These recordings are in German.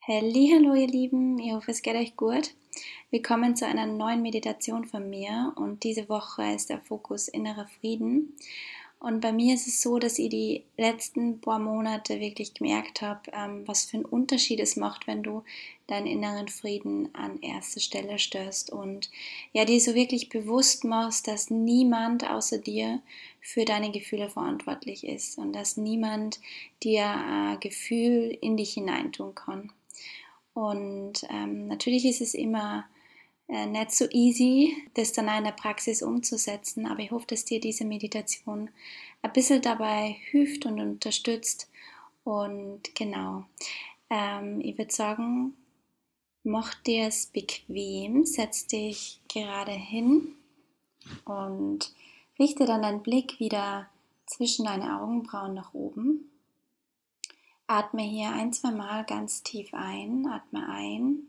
Hallo ihr Lieben, ich hoffe es geht euch gut. Willkommen zu einer neuen Meditation von mir und diese Woche ist der Fokus innerer Frieden. Und bei mir ist es so, dass ich die letzten paar Monate wirklich gemerkt habe, was für einen Unterschied es macht, wenn du deinen inneren Frieden an erste Stelle stellst und ja, dir so wirklich bewusst machst, dass niemand außer dir für deine Gefühle verantwortlich ist und dass niemand dir ein Gefühl in dich hineintun kann. Und natürlich ist es immer nicht so easy, das dann auch in der Praxis umzusetzen, aber ich hoffe, dass dir diese Meditation ein bisschen dabei hilft und unterstützt. Und genau, ich würde sagen, mach dir es bequem, setz dich gerade hin und richte dann deinen Blick wieder zwischen deine Augenbrauen nach oben. Atme hier ein, zwei Mal ganz tief ein, atme ein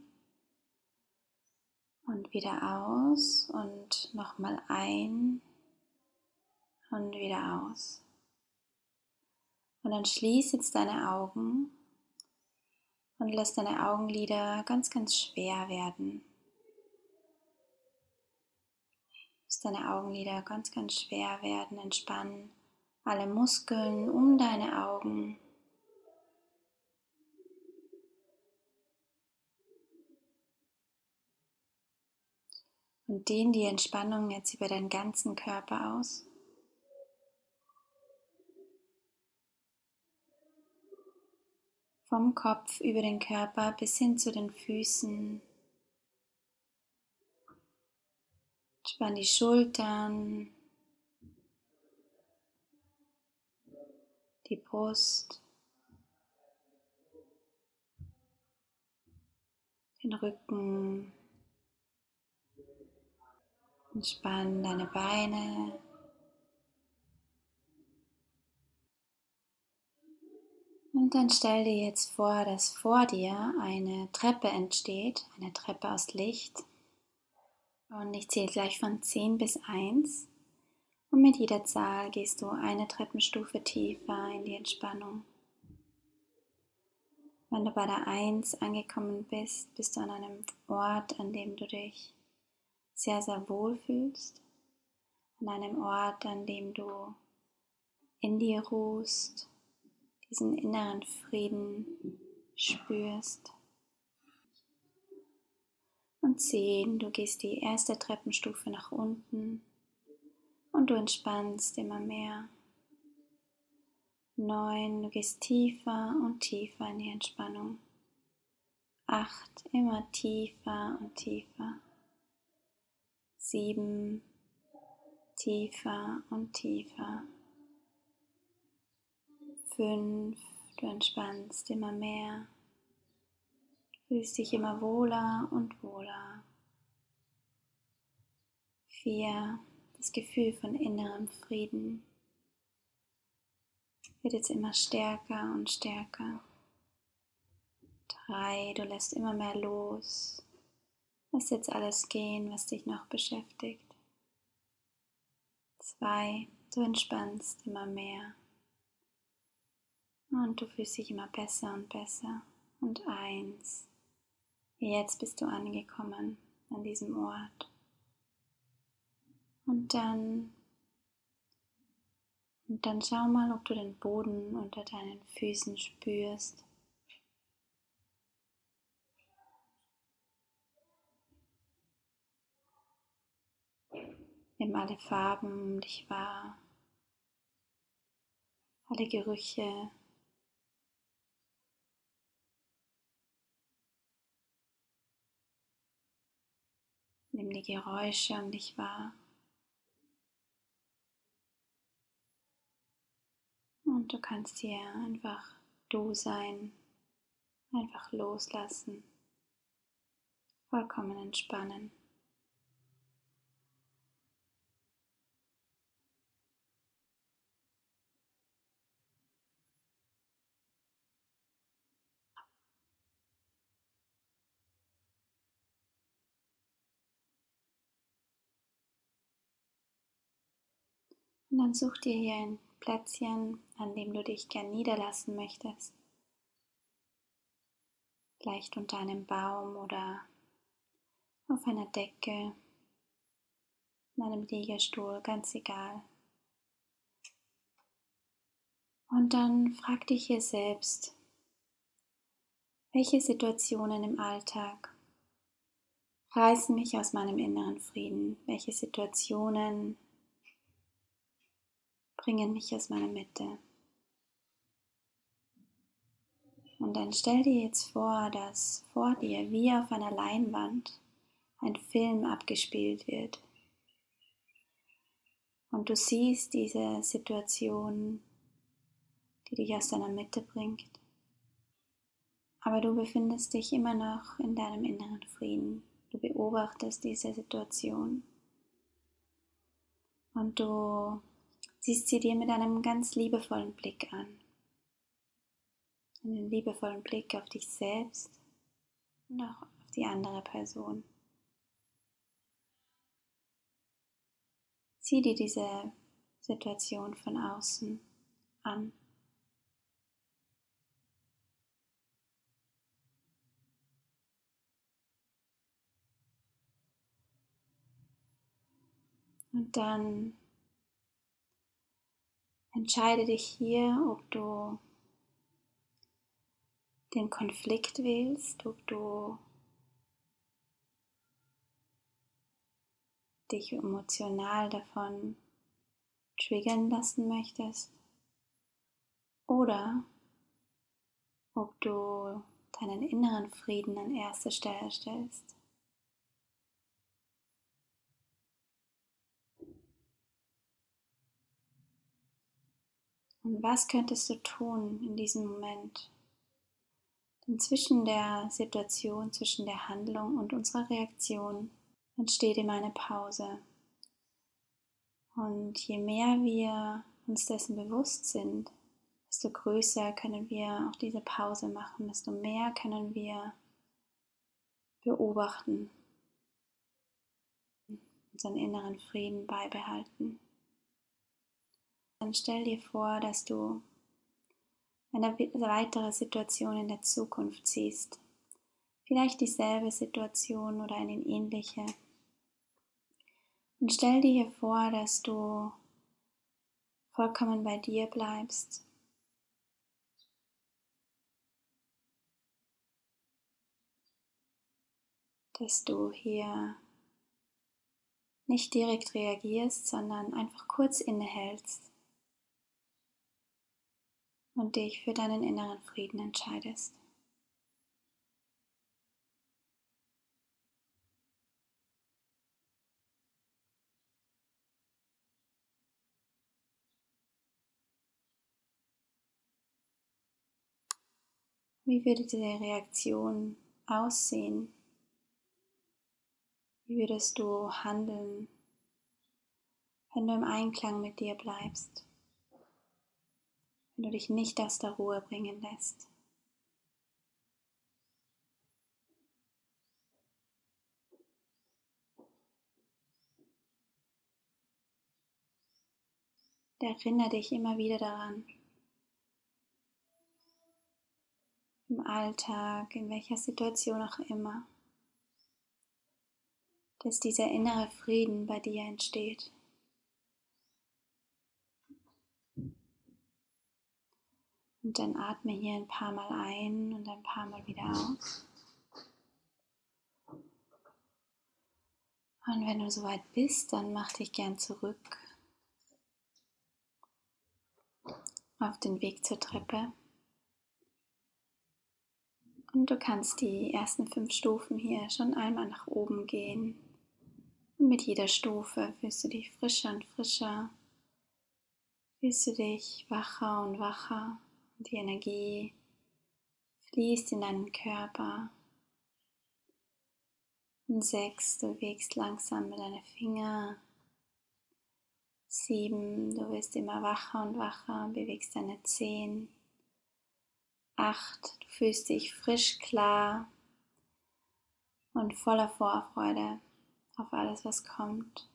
und wieder aus und nochmal ein und wieder aus. Und dann schließ jetzt deine Augen und lass deine Augenlider ganz, ganz schwer werden. Lass deine Augenlider ganz, ganz schwer werden, entspann alle Muskeln um deine Augen. Und dehn die Entspannung jetzt über deinen ganzen Körper aus. Vom Kopf über den Körper bis hin zu den Füßen. Entspann die Schultern, die Brust, den Rücken. Entspann deine Beine. Und dann stell dir jetzt vor, dass vor dir eine Treppe entsteht, eine Treppe aus Licht. Und ich zähle gleich von 10 bis 1. Und mit jeder Zahl gehst du eine Treppenstufe tiefer in die Entspannung. Wenn du bei der 1 angekommen bist, bist du an einem Ort, an dem du dich sehr, sehr wohl fühlst. An einem Ort, an dem du in dir ruhst, diesen inneren Frieden spürst. Und 10, du gehst die erste Treppenstufe nach unten und du entspannst immer mehr. 9, du gehst tiefer und tiefer in die Entspannung. 8, immer tiefer und tiefer. 7, tiefer und tiefer. 5, du entspannst immer mehr. Du fühlst dich immer wohler und wohler. 4, das Gefühl von innerem Frieden wird jetzt immer stärker und stärker. 3, du lässt immer mehr los. Lass jetzt alles gehen, was dich noch beschäftigt. 2, du entspannst immer mehr. Und du fühlst dich immer besser und besser. Und 1, jetzt bist du angekommen an diesem Ort. Und dann schau mal, ob du den Boden unter deinen Füßen spürst. Nimm alle Farben um dich wahr, alle Gerüche. Nimm die Geräusche um dich wahr. Und du kannst hier einfach du sein, einfach loslassen, vollkommen entspannen. Und dann such dir hier ein Plätzchen, an dem du dich gern niederlassen möchtest. vielleicht unter einem Baum oder auf einer Decke, in einem Liegestuhl, ganz egal. Und dann frag dich hier selbst, welche Situationen im Alltag reißen mich aus meinem inneren Frieden? Welche Situationen bringen mich aus meiner Mitte? Und dann stell dir jetzt vor, dass vor dir wie auf einer Leinwand ein Film abgespielt wird. Und du siehst diese Situation, die dich aus deiner Mitte bringt. Aber du befindest dich immer noch in deinem inneren Frieden. Du beobachtest diese Situation. Und du siehst sie dir mit einem ganz liebevollen Blick an. Einen liebevollen Blick auf dich selbst und auch auf die andere Person. Sieh dir diese Situation von außen an. Und dann entscheide dich hier, ob du den Konflikt wählst, ob du dich emotional davon triggern lassen möchtest oder ob du deinen inneren Frieden an erste Stelle stellst. Und was könntest du tun in diesem Moment? Denn zwischen der Situation, zwischen der Handlung und unserer Reaktion entsteht immer eine Pause. Und je mehr wir uns dessen bewusst sind, desto größer können wir auch diese Pause machen, desto mehr können wir beobachten, unseren inneren Frieden beibehalten. Dann stell dir vor, dass du eine weitere Situation in der Zukunft siehst. Vielleicht dieselbe Situation oder eine ähnliche. Und stell dir hier vor, dass du vollkommen bei dir bleibst. Dass du hier nicht direkt reagierst, sondern einfach kurz innehältst und dich für deinen inneren Frieden entscheidest. Wie würde diese Reaktion aussehen? Wie würdest du handeln, wenn du im Einklang mit dir bleibst? Wenn du dich nicht aus der Ruhe bringen lässt? Erinnere dich immer wieder daran, im Alltag, in welcher Situation auch immer, dass dieser innere Frieden bei dir entsteht. Und dann atme hier ein paar Mal ein und ein paar Mal wieder aus. Und wenn du soweit bist, dann mach dich gern zurück auf den Weg zur Treppe. Und du kannst die ersten 5 Stufen hier schon einmal nach oben gehen. Und mit jeder Stufe fühlst du dich frischer und frischer. Fühlst du dich wacher und wacher. Und die Energie fließt in deinen Körper. Und 6, du bewegst langsam mit deinen Fingern. 7, du wirst immer wacher und wacher, bewegst deine Zehen. 8, du fühlst dich frisch, klar und voller Vorfreude auf alles, was kommt.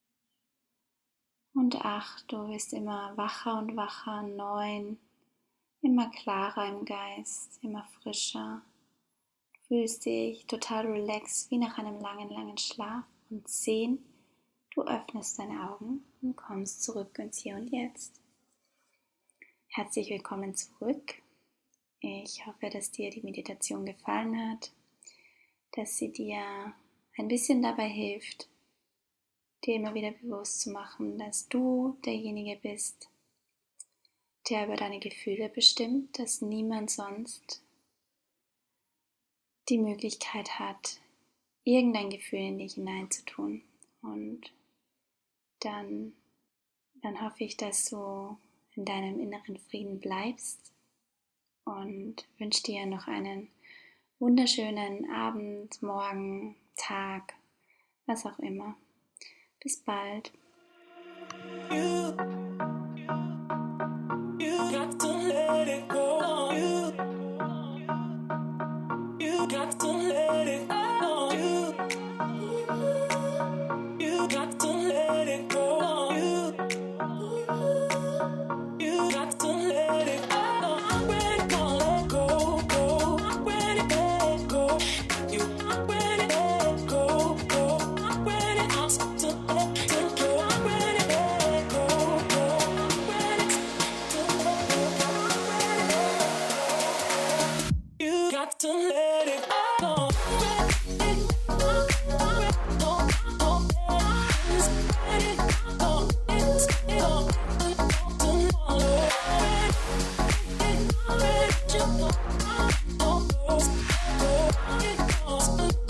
Und 8, du wirst immer wacher und wacher. 9, immer klarer im Geist, immer frischer. fühlst dich total relaxed, wie nach einem langen, langen Schlaf. Und 10, du öffnest deine Augen und kommst zurück ins Hier und Jetzt. Herzlich willkommen zurück. Ich hoffe, dass dir die Meditation gefallen hat, dass sie dir ein bisschen dabei hilft, dir immer wieder bewusst zu machen, dass du derjenige bist, der über deine Gefühle bestimmt, dass niemand sonst die Möglichkeit hat, irgendein Gefühl in dich hineinzutun. Und dann hoffe ich, dass du in deinem inneren Frieden bleibst und wünsche dir noch einen wunderschönen Abend, Morgen, Tag, was auch immer. Bis bald. You got to let it go. You got to let it go. You got to let it go. You got to let it go. I'm ready to let go, go. I'm ready to let go. I'm ready to let go, go. I'm ready to let go. I'm ready to let go, go. I'm ready to let go. You got to let it go. Tomorrow.